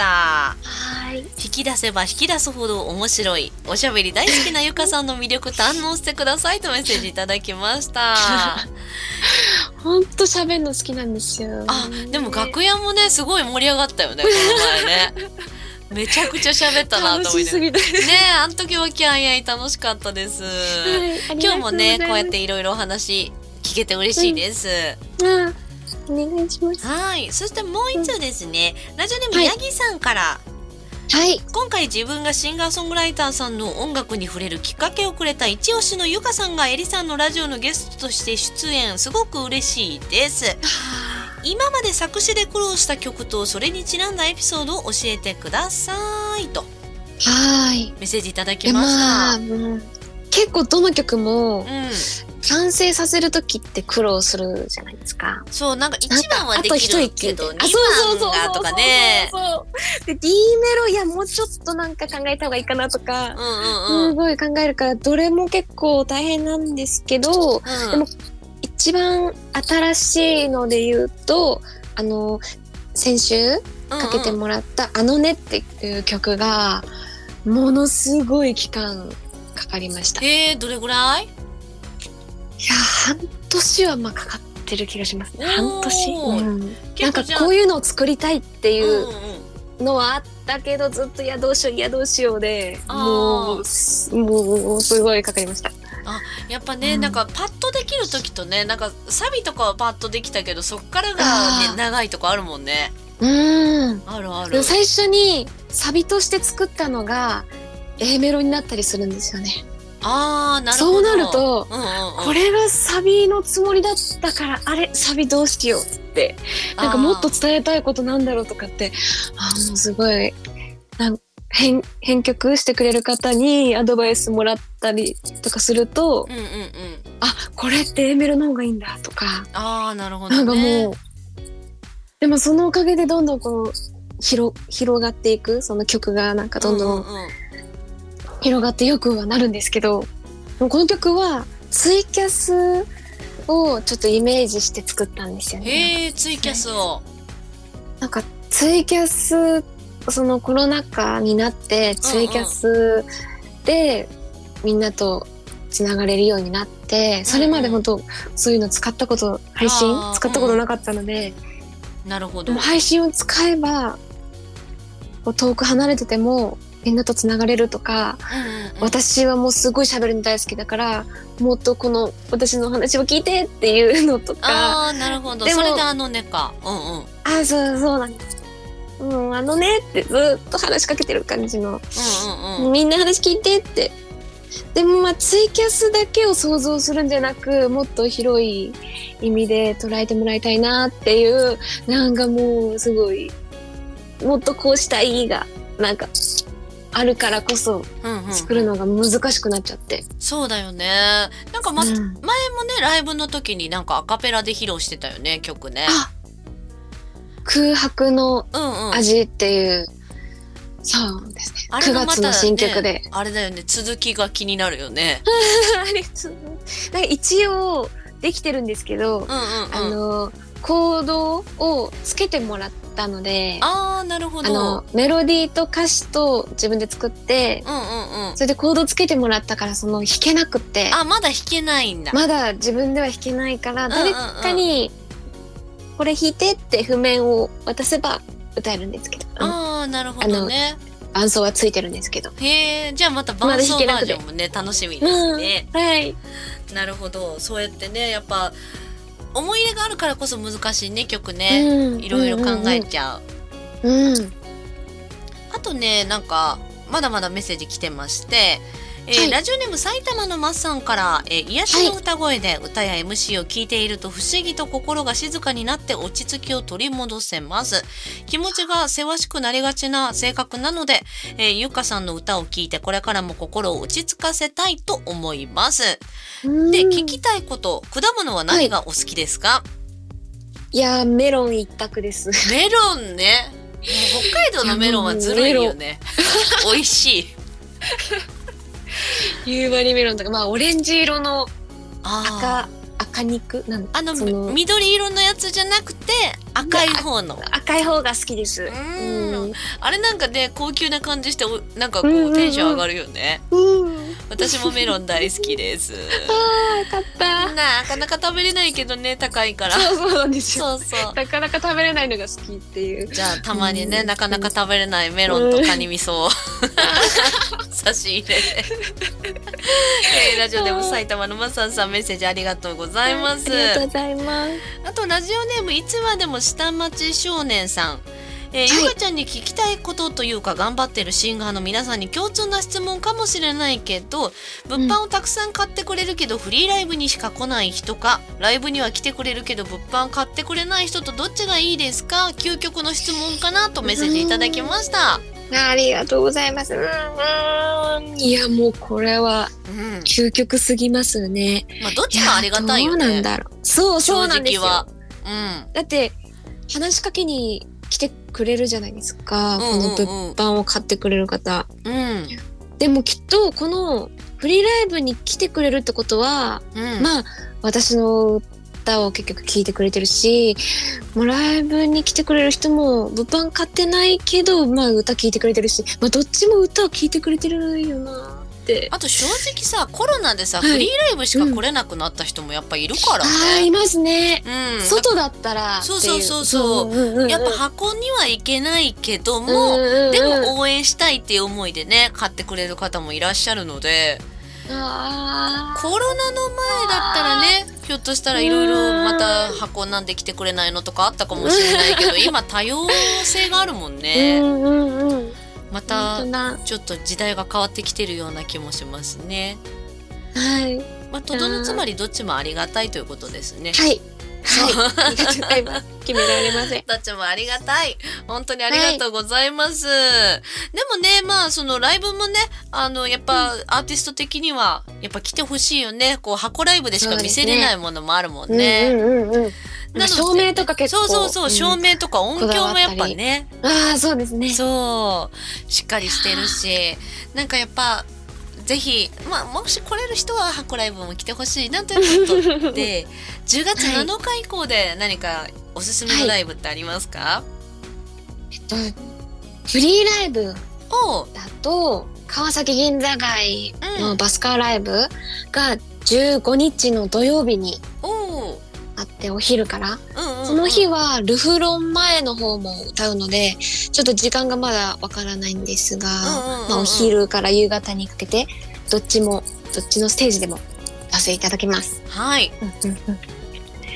はい。 引き出せば引き出すほど面白い、おしゃべり大好きなゆかさんの魅力堪能してくださいとメッセージいただきました。 ほんと喋るの好きなんですよ。 あ、でも楽屋もね、すごい盛り上がったよね、この前ね。めちゃくちゃ喋ったなと思いながらね。あの時はキャンヤイ楽しかったです、はい、今日もねこうやっていろいろお話聞けて嬉しいです、 うん、あお願いします。 はい、そしてもう一つですね、うん、ラジオネームヤギさんから、 はい、 今回自分がシンガーソングライターさんの音楽に触れるきっかけをくれた一押しのゆかさんがエリさんのラジオのゲストとして出演、すごく嬉しいです。今まで作詞で苦労した曲とそれにちなんだエピソードを教えてくださいとはいメッセージいただきました。まあうん、 結構どの曲も、うん、完成させる時って苦労するじゃないですか。 そうなんかいちばんはできるけどにばんがとかね。 で D メロいやもうちょっとなんか考えた方がいいかなとか、うんうんうん、すごい考えるからどれも結構大変なんですけど、うん、でも一番新しいので言うとあの先週かけてもらった「あのね」っていう曲がものすごい期間かかりました。 えー、どれぐらい？いや半年はまあかかってる気がしますね。半年、うん、なんかこういうのを作りたいっていうのはあったけど、ずっといやどうしよういやどうしようでもうもうすごいかかりました。 あやっぱね、うん、なんかパッとできる時とね、なんかサビとかはパッとできたけどそっからが、ね、長いとこあるもんね。 うんあるある。 最初にサビとして作ったのが A メロになったりするんですよね。 あーなるほど。 そうなると、 うんうんうん、 これがサビのつもりだったからあれサビどうしようってなんかもっと伝えたいことなんだろうとかってあもうすごいなん編, 編曲してくれる方にアドバイスもらったりとかすると、うんうんうん、あこれって A メロの方がいいんだとか。 あーなるほどね。 なんかもうでもそのおかげでどんどんこう 広, 広がっていくその曲がなんかどんどん広がってよくはなるんですけど、この曲はツイキャスをちょっとイメージして作ったんですよね。 へーツイキャスをなんかツイキャスそのコロナ禍になってツイキャスでみんなとつながれるようになって、それまで本当そういうの使ったこと配信使ったことなかったので、 うん、なるほど。 でも配信を使えば遠く離れててもみんなとつながれるとか、うんうん、私はもうすごい喋るの大好きだからもっとこの私の話を聞いてっていうのとか。 あーなるほど。それであのねか、うんうん、 あそうそうなんです。 うん、あのねってずっと話しかけてる感じの、 うんうんうん、 みんな話聞いてって。でもまあツイキャスだけを想像するんじゃなく、もっと広い意味で捉えてもらいたいなっていう、なんかもうすごいもっとこうしたいがなんかあるからこそ作るのが難しくなっちゃって、 うんうんうん、そうだよね。なんか、まうん、前もねライブの時になんかアカペラで披露してたよね、曲ね。 あ、空白の味っていう、うんうん、そうですね。あれもまたね、くがつの新曲で。 あれだよね、続きが気になるよね。 あれなんか一応できてるんですけど、うんうんうん、あのコードをつけてもらったので、 あー、なるほど。 あのメロディーと歌詞と自分で作って、うんうんうん、それでコードつけてもらったから、その弾けなくて。 あ、まだ弾けないんだ。 まだ自分では弾けないから、うんうんうん、誰かにこれ弾いてって譜面を渡せば歌えるんですけど。 ああ、なるほどね。 伴奏はついてるんですけど。 へえ、じゃあまた伴奏バージョンもね、楽しみですね、 うん、はい。 なるほど。そうやってね、やっぱ思い入れがあるからこそ難しいね、曲ね、うん、いろいろ考えちゃう、うんうんうん、あとね、なんかまだまだメッセージ来てまして、えーはい、ラジオネーム埼玉のマッさんから、えー、癒しの歌声で歌や エムシー を聞いていると不思議と心が静かになって落ち着きを取り戻せます。気持ちがせわしくなりがちな性格なので、えー、ゆかさんの歌を聞いてこれからも心を落ち着かせたいと思います。で、聞きたいこと、果物は何がお好きですか？はい、 いやメロン一択です。 メロンね。北海道のメロンはずるいよね。美味しい。 夕張メロンとか、まあオレンジ色の赤赤肉なんあの緑色のやつじゃなくて赤い方の赤い方が好きです。うん、あれなんかね高級な感じしてなんかこうテンション上がるよね。 うん、 私もメロン大好きです。 あー、よかった。 なかなか食べれないけどね、高いから。 そうそうなんですよ。 そうそう。 なかなか食べれないのが好きっていう。 じゃあたまにね、うん、なかなか食べれないメロンとカニ味噌を差し入れて。えー、ラジオでも埼玉のまさんさんメッセージありがとうございます。 ありがとうございます。 あとラジオネームいつまでも下町少年さん。えーはい、ゆかちゃんに聞きたいことというか頑張ってるシンガーの皆さんに共通な質問かもしれないけど、物販をたくさん買ってくれるけど、うん、フリーライブにしか来ない人か、ライブには来てくれるけど物販買ってくれない人とどっちがいいですか？究極の質問かなとメッセージいただきました。 ありがとうございます。うん、いやもうこれは究極すぎますね。 うん、まあどっちもありがたいよね。 どうなんだろう。そうそうなんですよ。 正直は、うん、 だって話しかけに来てくれるじゃないですか、うんうんうん、この物販を買ってくれる方、うん、でもきっとこのフリーライブに来てくれるってことは、うん、まあ私の歌を結局聞いてくれてるし、もうライブに来てくれる人も物販買ってないけど、まあ歌聞いてくれてるし、まあどっちも歌を聞いてくれてるよなって。 あと正直さ、コロナでさ、はい、フリーライブしか来れなくなった人もやっぱいるからね。 あ、いますね、うん、外だったらそうそうそうそう、うんうんうん、やっぱ箱には行けないけども、うんうんうん、でも応援したいっていう思いでね買ってくれる方もいらっしゃるので、 あコロナの前だったらね、ひょっとしたらいろいろまた箱なんで来てくれないのとかあったかもしれないけど今多様性があるもんね。 うんうんうん、 またちょっと時代が変わってきてるような気もしますね。 はい。 まあ、とどのつまりどっちもありがたいということですね。 はい。はい、決められません。 どっちもありがたい。本当にありがとうございます。はい、でもね、まあそのライブもね、あのやっぱアーティスト的にはやっぱ来てほしいよね。こう箱ライブでしか見せれないものもあるもんね。 うんうんうんうん。なので照明とか結構そうそうそう、うん、照明とか音響もやっぱね。 ああそうですね。 そうしっかりしてるし、なんかやっぱ。ぜひ、まあ、もし来れる人は箱ライブも来てほしいなということでじゅうがつなのか以降で何かおすすめのライブってありますか？はい、えっとフリーライブだと川崎銀座街のバスカーライブがじゅうごにちの土曜日にあってお昼から、うんうんうん、その日はルフロン前の方も歌うのでちょっと時間がまだわからないんですが、うんうんうんうん、まあ、お昼から夕方にかけてどっちもどっちのステージでも出していただきます。 はい、 うんうんうん、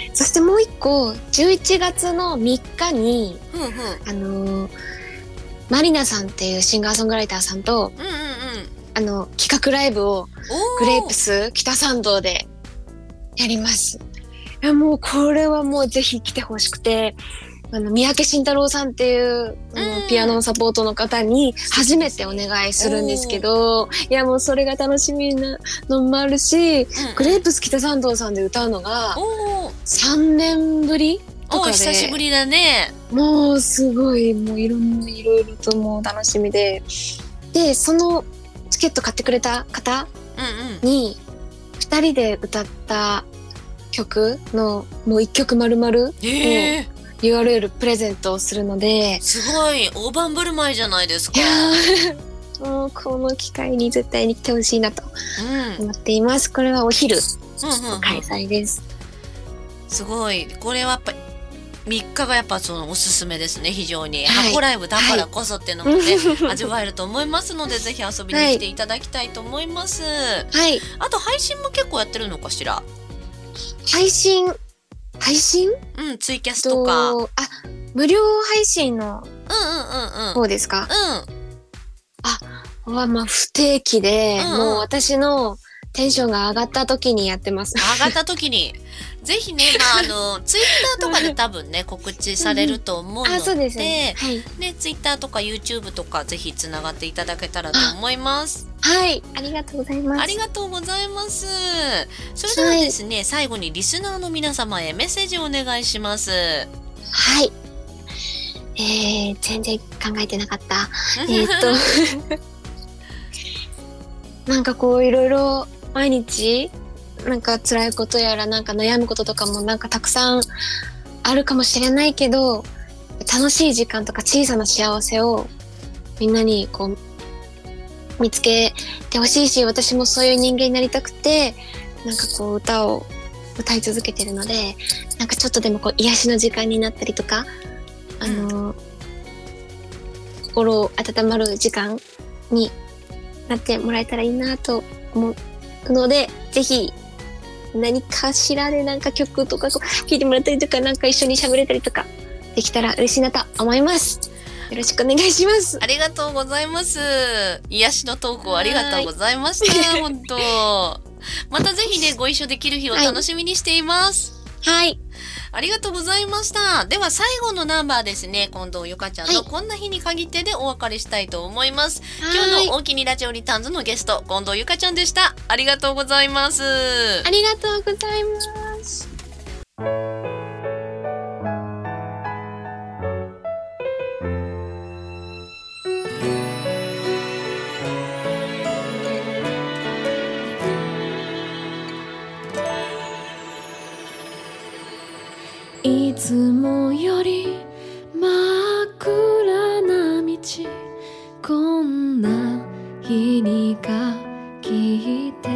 そしてもう一個じゅういちがつのみっかに、 うんうん、 あのー、マリナさんっていうシンガーソングライターさんと、 うんうんうん、 あの企画ライブをグレープス北参道でやります。いやもうこれはもうぜひ来てほしくて、あの三宅慎太郎さんっていうあの、うん、ピアノのサポートの方に初めてお願いするんですけど、いやもうそれが楽しみなのもあるし、うん、グレープス北参道さんで歌うのがさんねんぶりとかで、 久しぶりだね。 もうすごいもういろんないろいろともう楽しみで、でそのチケット買ってくれた方にふたりで歌った曲のもういっきょく丸々を ユーアールエル プレゼントをするので、 すごい大盤振る舞いじゃないですか。 いやもうこの機会に絶対に来てほしいなと思っています、うん、これはお昼の開催です、 うんうんうん、すごい。これはやっぱみっかがやっぱそのおすすめですね。非常に、はい、箱ライブだからこそっていうのもね、はい、味わえると思いますのでぜひ遊びに来ていただきたいと思います、はい、あと配信も結構やってるのかしら。 配信配信うん、ツイキャスとか、あ、 無料配信のうんうんうんうん方ですか。 うん、 あはまあ不定期で、うんうん、もう私のテンションが上がった時にやってます。 上がった時にぜひね、まあ、あのツイッターとかで多分ね告知されると思うので、うん、あ、そうですね、はい、ね、ツイッターとか YouTube とかぜひつながっていただけたらと思います。 はい、ありがとうございます。 ありがとうございます。それではですね、はい、最後にリスナーの皆様へメッセージをお願いします。 はい、えー、全然考えてなかったえっとなんかこういろいろ毎日なんか辛いことやらなんか悩むこととかもなんかたくさんあるかもしれないけど、楽しい時間とか小さな幸せをみんなにこう見つけてほしいし、私もそういう人間になりたくてなんかこう歌を歌い続けてるので、なんかちょっとでもこう癒しの時間になったりとか、あの、うん、心温まる時間になってもらえたらいいなと思うので、ぜひ何かしらでなんか曲とか聴いてもらったりとか、なんか一緒に喋れたりとかできたら嬉しいなと思います。よろしくお願いします。 ありがとうございます。癒しのトークをありがとうございました。本当。またぜひね、ご一緒できる日を楽しみにしています。 はい。 ありがとうございました。では最後のナンバーですね、近藤ゆかちゃんのこんな日に限ってでお別れしたいと思います。はい、今日の大きにラジオリターンズのゲスト、近藤ゆかちゃんでした。ありがとうございます。 ありがとうございます。 いつもより真っ暗な道、こんな日に限って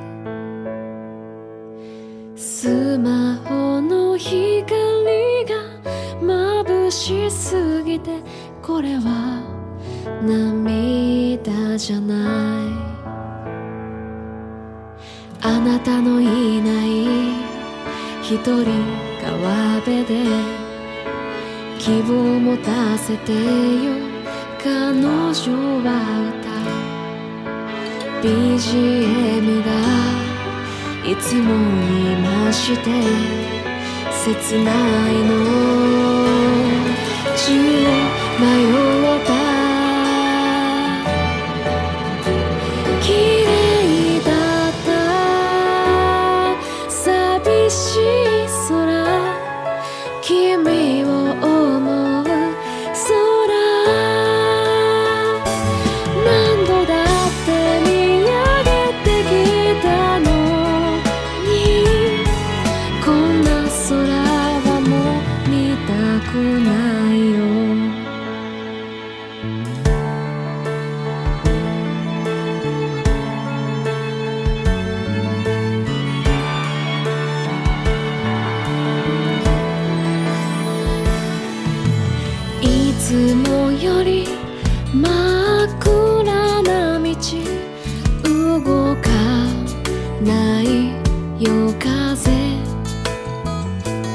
スマホの光が眩しすぎて、これは涙じゃない、あなたのいない一人川辺で希望を持たせてよ、彼女は歌う ビージーエム がいつもに増して切ないの、宙を迷った綺麗だった寂しい君を思う空、何度だって見上げてきたのに、こんな空はもう見たくないよ。いつもより真っ暗な道、動かない夜風、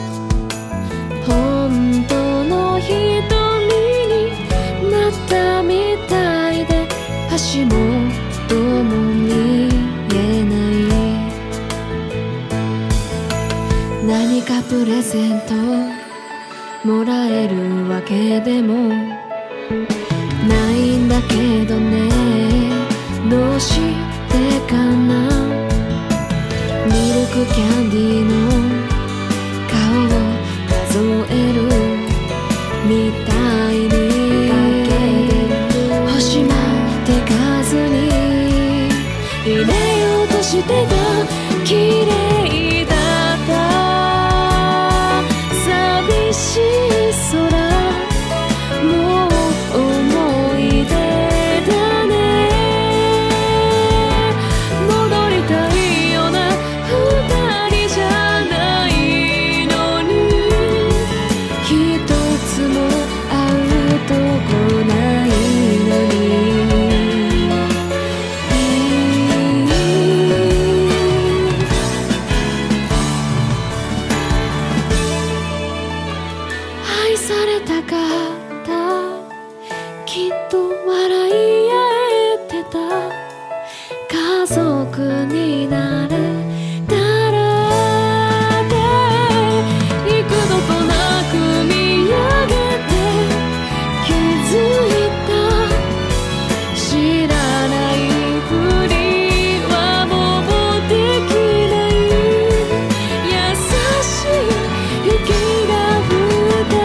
プレゼントもらえるわけでもないんだけどね。どうしてかな。ミルクキャンディーの顔を数えるみたいに星まで数に入れようとしてた。綺麗だった寂しい空もう思い出だね。戻りたいよな二人じゃないのに一つも会うとこないのに愛されたかったきっと笑い合えてた家族になれたらで幾度となく見上げて気づいた。知らないふりはもうできない。優しい雪が降った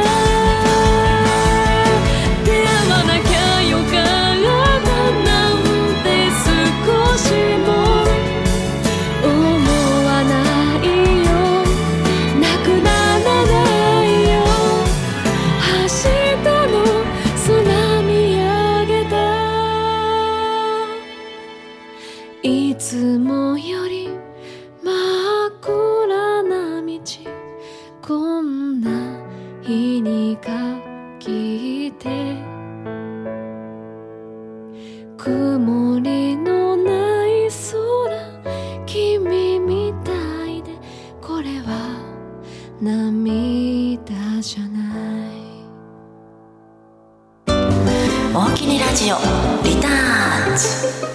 出会わなきゃよかったなんて少しも思わないよ。なくならないよ。明日の空見上げた。いつもより真っ暗な道こんな日に限って曇りのない空君みたいでこれは涙じゃない。 大きにラジオリターンズ。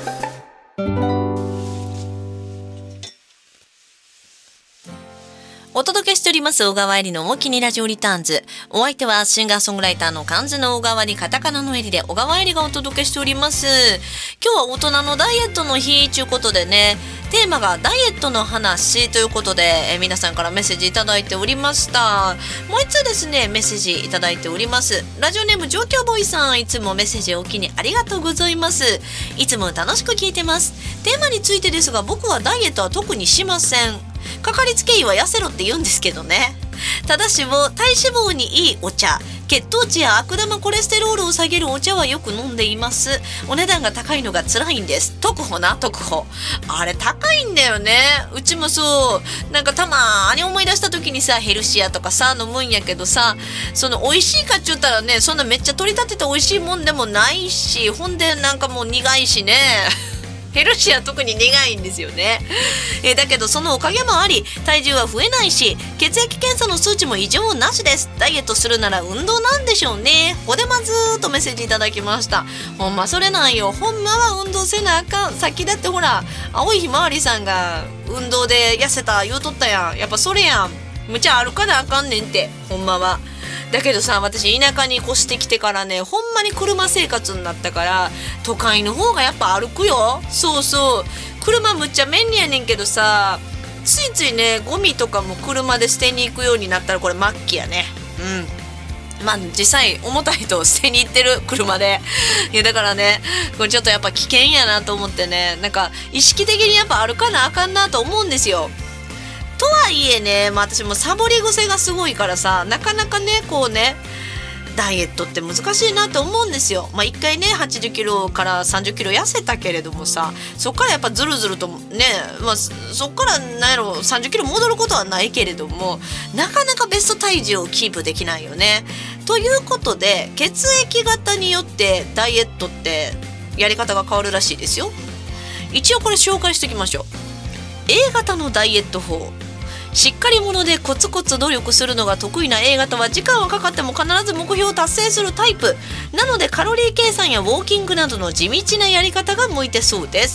お届けしております小川えりの大きにラジオリターンズ。お相手はシンガーソングライターの漢字の小川にカタカナのえりで小川えりがお届けしております。今日は大人のダイエットの日ということでね、テーマがダイエットの話ということで、え皆さんからメッセージいただいておりました。もう一つですねメッセージいただいております。ラジオネーム上京ボーイさん、いつもメッセージお気にありがとうございます。いつも楽しく聞いてます。テーマについてですが、僕はダイエットは特にしません。かかりつけ医は痩せろって言うんですけどね。ただしも体脂肪にいいお茶、血糖値や悪玉コレステロールを下げるお茶はよく飲んでいます。お値段が高いのが辛いんです。特保な特保、あれ高いんだよね。うちもそうなんかたまに思い出した時にさヘルシアとかさ飲むんやけどさ、その美味しいかっちゅったらね、そんなめっちゃ取り立てて美味しいもんでもないし、ほんでなんかもう苦いしねヘルシーは特に苦いんですよね。えー、だけどそのおかげもあり体重は増えないし、血液検査の数値も異常なしです。ダイエットするなら運動なんでしょうね。ほでまずーっとメッセージいただきました。ほんまそれなんよ。ほんまは運動せなあかん。さっきだってほら青いひまわりさんが運動で痩せた言うとったやん。やっぱそれやん。むちゃ歩かなあかんねんって、ほんまは。だけどさ、私田舎に越してきてからね、ほんまに車生活になったから都会の方がやっぱ歩くよ。そうそう、車むっちゃ便利やねんけどさ、ついついねゴミとかも車で捨てに行くようになったらこれ末期やね。うんまあ実際重たいと捨てに行ってる車でいやだからね、これちょっとやっぱ危険やなと思ってね、なんか意識的にやっぱ歩かなあかんなと思うんですよ。とはいえね、まあ、私もサボり癖がすごいからさ、なかなかねこうねダイエットって難しいなと思うんですよ。まあ一回ねはちじゅっキロからさんじゅっキロ痩せたけれどもさ、そっからやっぱずるずるとね、まあ、そっからなんやろさんじゅっキロ戻ることはないけれども、なかなかベスト体重をキープできないよね。ということで血液型によってダイエットってやり方が変わるらしいですよ。一応これ紹介しておきましょう。 A 型のダイエット法。しっかり者でコツコツ努力するのが得意な A 型は時間はかかっても必ず目標を達成するタイプなので、カロリー計算やウォーキングなどの地道なやり方が向いてそうです。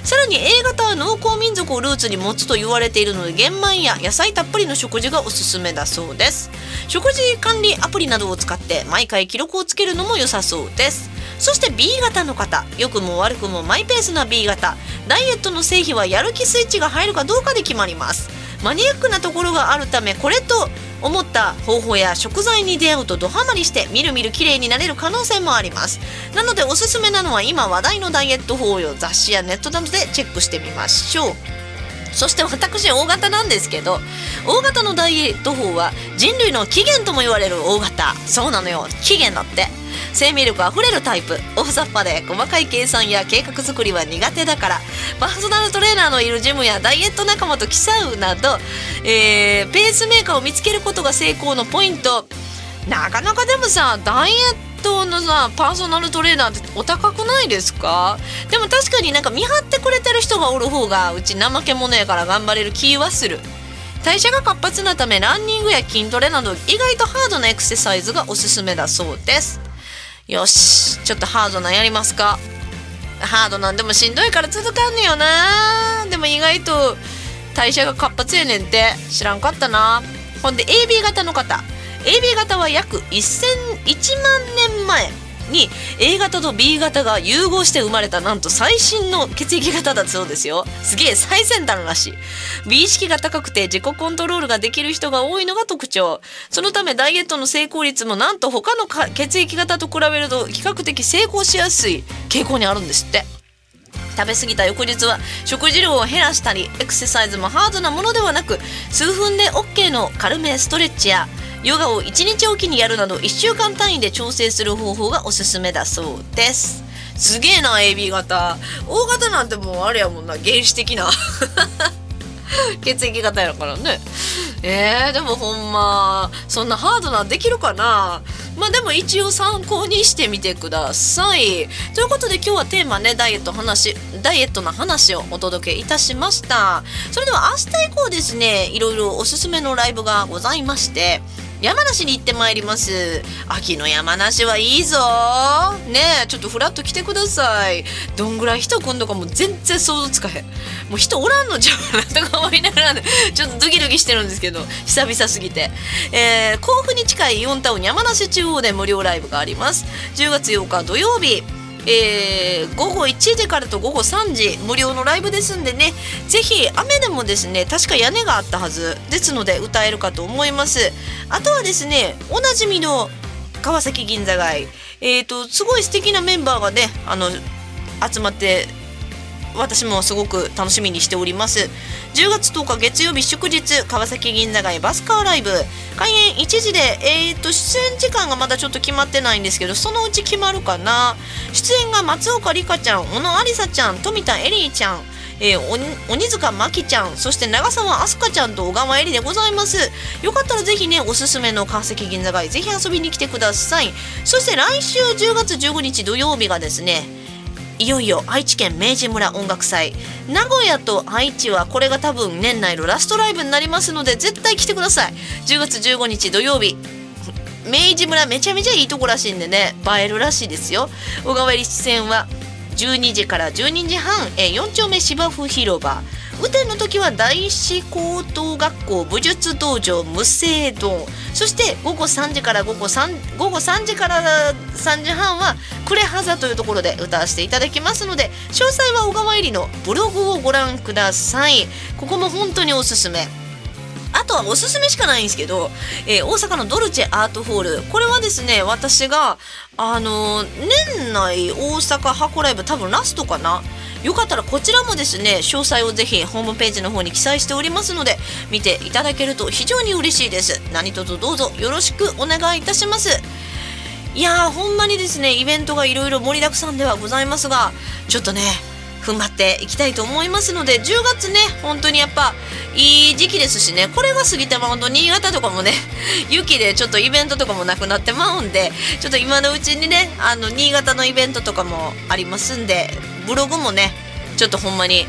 さらに A 型は農耕民族をルーツに持つと言われているので、玄米や野菜たっぷりの食事がおすすめだそうです。食事管理アプリなどを使って毎回記録をつけるのも良さそうです。そして B 型の方、良くも悪くもマイペースな B 型、ダイエットの成否はやる気スイッチが入るかどうかで決まります。マニアックなところがあるため、これと思った方法や食材に出会うとドハマりしてみるみる綺麗になれる可能性もあります。なのでおすすめなのは今話題のダイエット法を雑誌やネットなどでチェックしてみましょう。そして私 O 型なんですけど、 O 型のダイエット法は人類の起源とも言われる O 型。そうなのよ、起源だって。生命力あふれるタイプ、大雑把で細かい計算や計画作りは苦手だから、パーソナルトレーナーのいるジムやダイエット仲間と競うなど、えー、ペースメーカーを見つけることが成功のポイント。なかなかでもさ、ダイエットのさパーソナルトレーナーってお高くないですか？でも確かになんか見張ってくれてる人がおる方がうち怠け者やから頑張れる気はする。代謝が活発なためランニングや筋トレなど意外とハードなエクササイズがおすすめだそうです。よし、ちょっとハードなやりますか。ハードなんでもしんどいから続かんねよな。でも意外と代謝が活発やねんって知らんかったな。ほんで エービー 型の方、 エービー 型は約いちまんねんまえに A 型と B 型が融合して生まれた、なんと最新の血液型だそうですよ。すげえ最先端らしい。美意識が高くて自己コントロールができる人が多いのが特徴。そのためダイエットの成功率もなんと他の血液型と比べると比較的成功しやすい傾向にあるんですって。食べ過ぎた翌日は食事量を減らしたり、エクササイズもハードなものではなく数分で OK の軽めストレッチやヨガをいちにちおきにやるなどいっしゅうかん単位で調整する方法がおすすめだそうです。すげえな エービー 型。 O 型なんてもうあれやもんな、原始的な血液型やからね。えー、でもほんまそんなハードなできるかな。まあでも一応参考にしてみてください。ということで今日はテーマね、ダイエット話ダイエットの話をお届けいたしました。それでは明日以降ですね、いろいろおすすめのライブがございまして、山梨に行ってまいります。秋の山梨はいいぞねえ、ちょっとフラッと来てください。どんぐらい人来んのかもう全然想像つかへん。もう人おらんのちゃうかなとか思いながら、ね、ちょっとドキドキしてるんですけど、久々すぎて、えー、甲府に近いイオンタウン山梨中央で無料ライブがあります。じゅうがつようか土曜日、えー、ごごいちじからとごごさんじ無料のライブですんでね、ぜひ雨でもですね、確か屋根があったはずですので歌えるかと思います。あとはですね、おなじみの川崎銀座街、えーとすごい素敵なメンバーがね、あの集まって、私もすごく楽しみにしております。じゅうがつとおか月曜日祝日、川崎銀座街バスカーライブ、開演いちじで、えーと出演時間がまだちょっと決まってないんですけど、そのうち決まるかな。出演が松岡里香ちゃん、小野ありさちゃん、富田エリーちゃん、えー、鬼塚真希ちゃん、そして長澤飛鳥ちゃんと小川えりでございます。よかったらぜひね、おすすめの川崎銀座街ぜひ遊びに来てください。そして来週じゅうがつじゅうごにち土曜日がですね、いよいよ愛知県明治村音楽祭、名古屋と愛知はこれが多分年内のラストライブになりますので、絶対来てください。じゅうがつじゅうごにち土曜日、明治村めちゃめちゃいいとこらしいんでね、映えるらしいですよ。小川えり出演はじゅうにじからじゅうにじはん、えよん丁目芝生広場、雨天の時は大師高等学校武術道場無声堂、そして午後さんじから午後3午後さんじからさんじはんはクレハザというところで歌わせていただきますので、詳細は小川えりのブログをご覧ください。ここも本当におすすめ。あとはおすすめしかないんですけど、えー、大阪のドルチェアートホール、これはですね、私があのー、年内大阪箱ライブ多分ラストかな。よかったらこちらもですね、詳細をぜひホームページの方に記載しておりますので、見ていただけると非常に嬉しいです。何卒どうぞよろしくお願いいたします。いやー、ほんまにですね、イベントがいろいろ盛りだくさんではございますが、ちょっとね踏ん張っていきたいと思いますので、じゅうがつね、本当にやっぱいい時期ですしね、これが過ぎてまうと新潟とかもね雪でちょっとイベントとかもなくなってまうんで、ちょっと今のうちにね、あの新潟のイベントとかもありますんで、ブログもねちょっとほんまに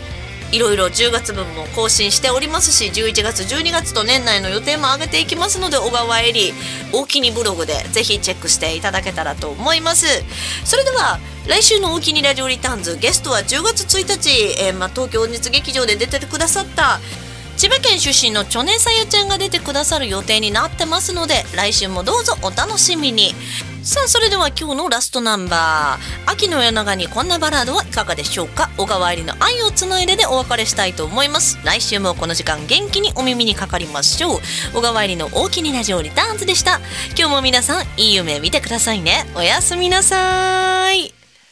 いろいろじゅうがつぶんも更新しておりますし、じゅういちがつじゅうにがつと年内の予定も上げていきますので、小川えり大きにブログでぜひチェックしていただけたらと思います。それでは来週の大きにラジオリターンズ、ゲストはじゅうがつついたち、えーまあ、東京日劇場で出てくださった千葉県出身のチョネさゆちゃんが出てくださる予定になってますので、来週もどうぞお楽しみに。さあ、それでは今日のラストナンバー、秋の夜長にこんなバラードはいかがでしょうか。小川えりの愛をつないででお別れしたいと思います。来週もこの時間元気にお耳にかかりましょう。小川えりの大きにラジオリターンズでした。今日も皆さんいい夢見てくださいね。おやすみなさい。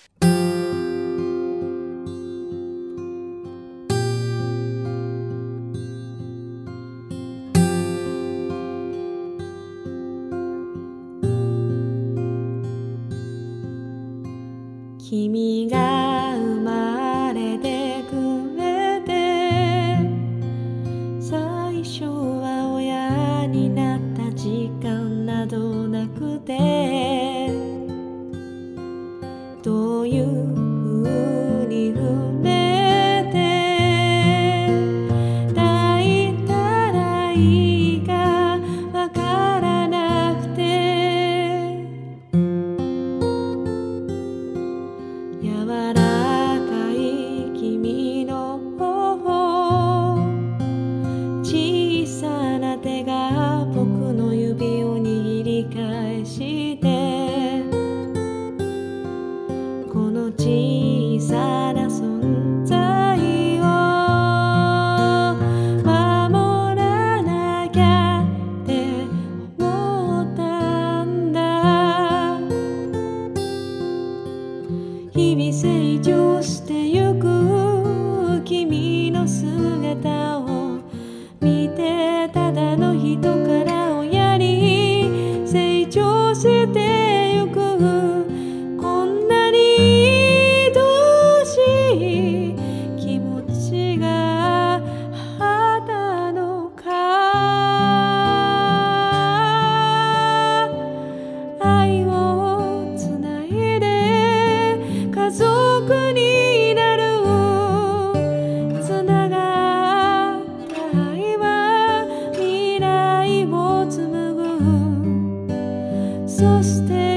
君が生まれてくれて、最初は親になった時間などなくて、どういう風に埋めて抱いたらいいかわからなくて、柔らかい君の頬、小さな手が僕の指を握り返して、この小さな存在を守らなきゃって思ったんだ。日々成長してゆく君の姿を見て、ただの人から親に成長してゆく、こんなに愛しい気持ちがあったのか。愛をつないで家族になる、つながった愛は未来を紡ぐ、そして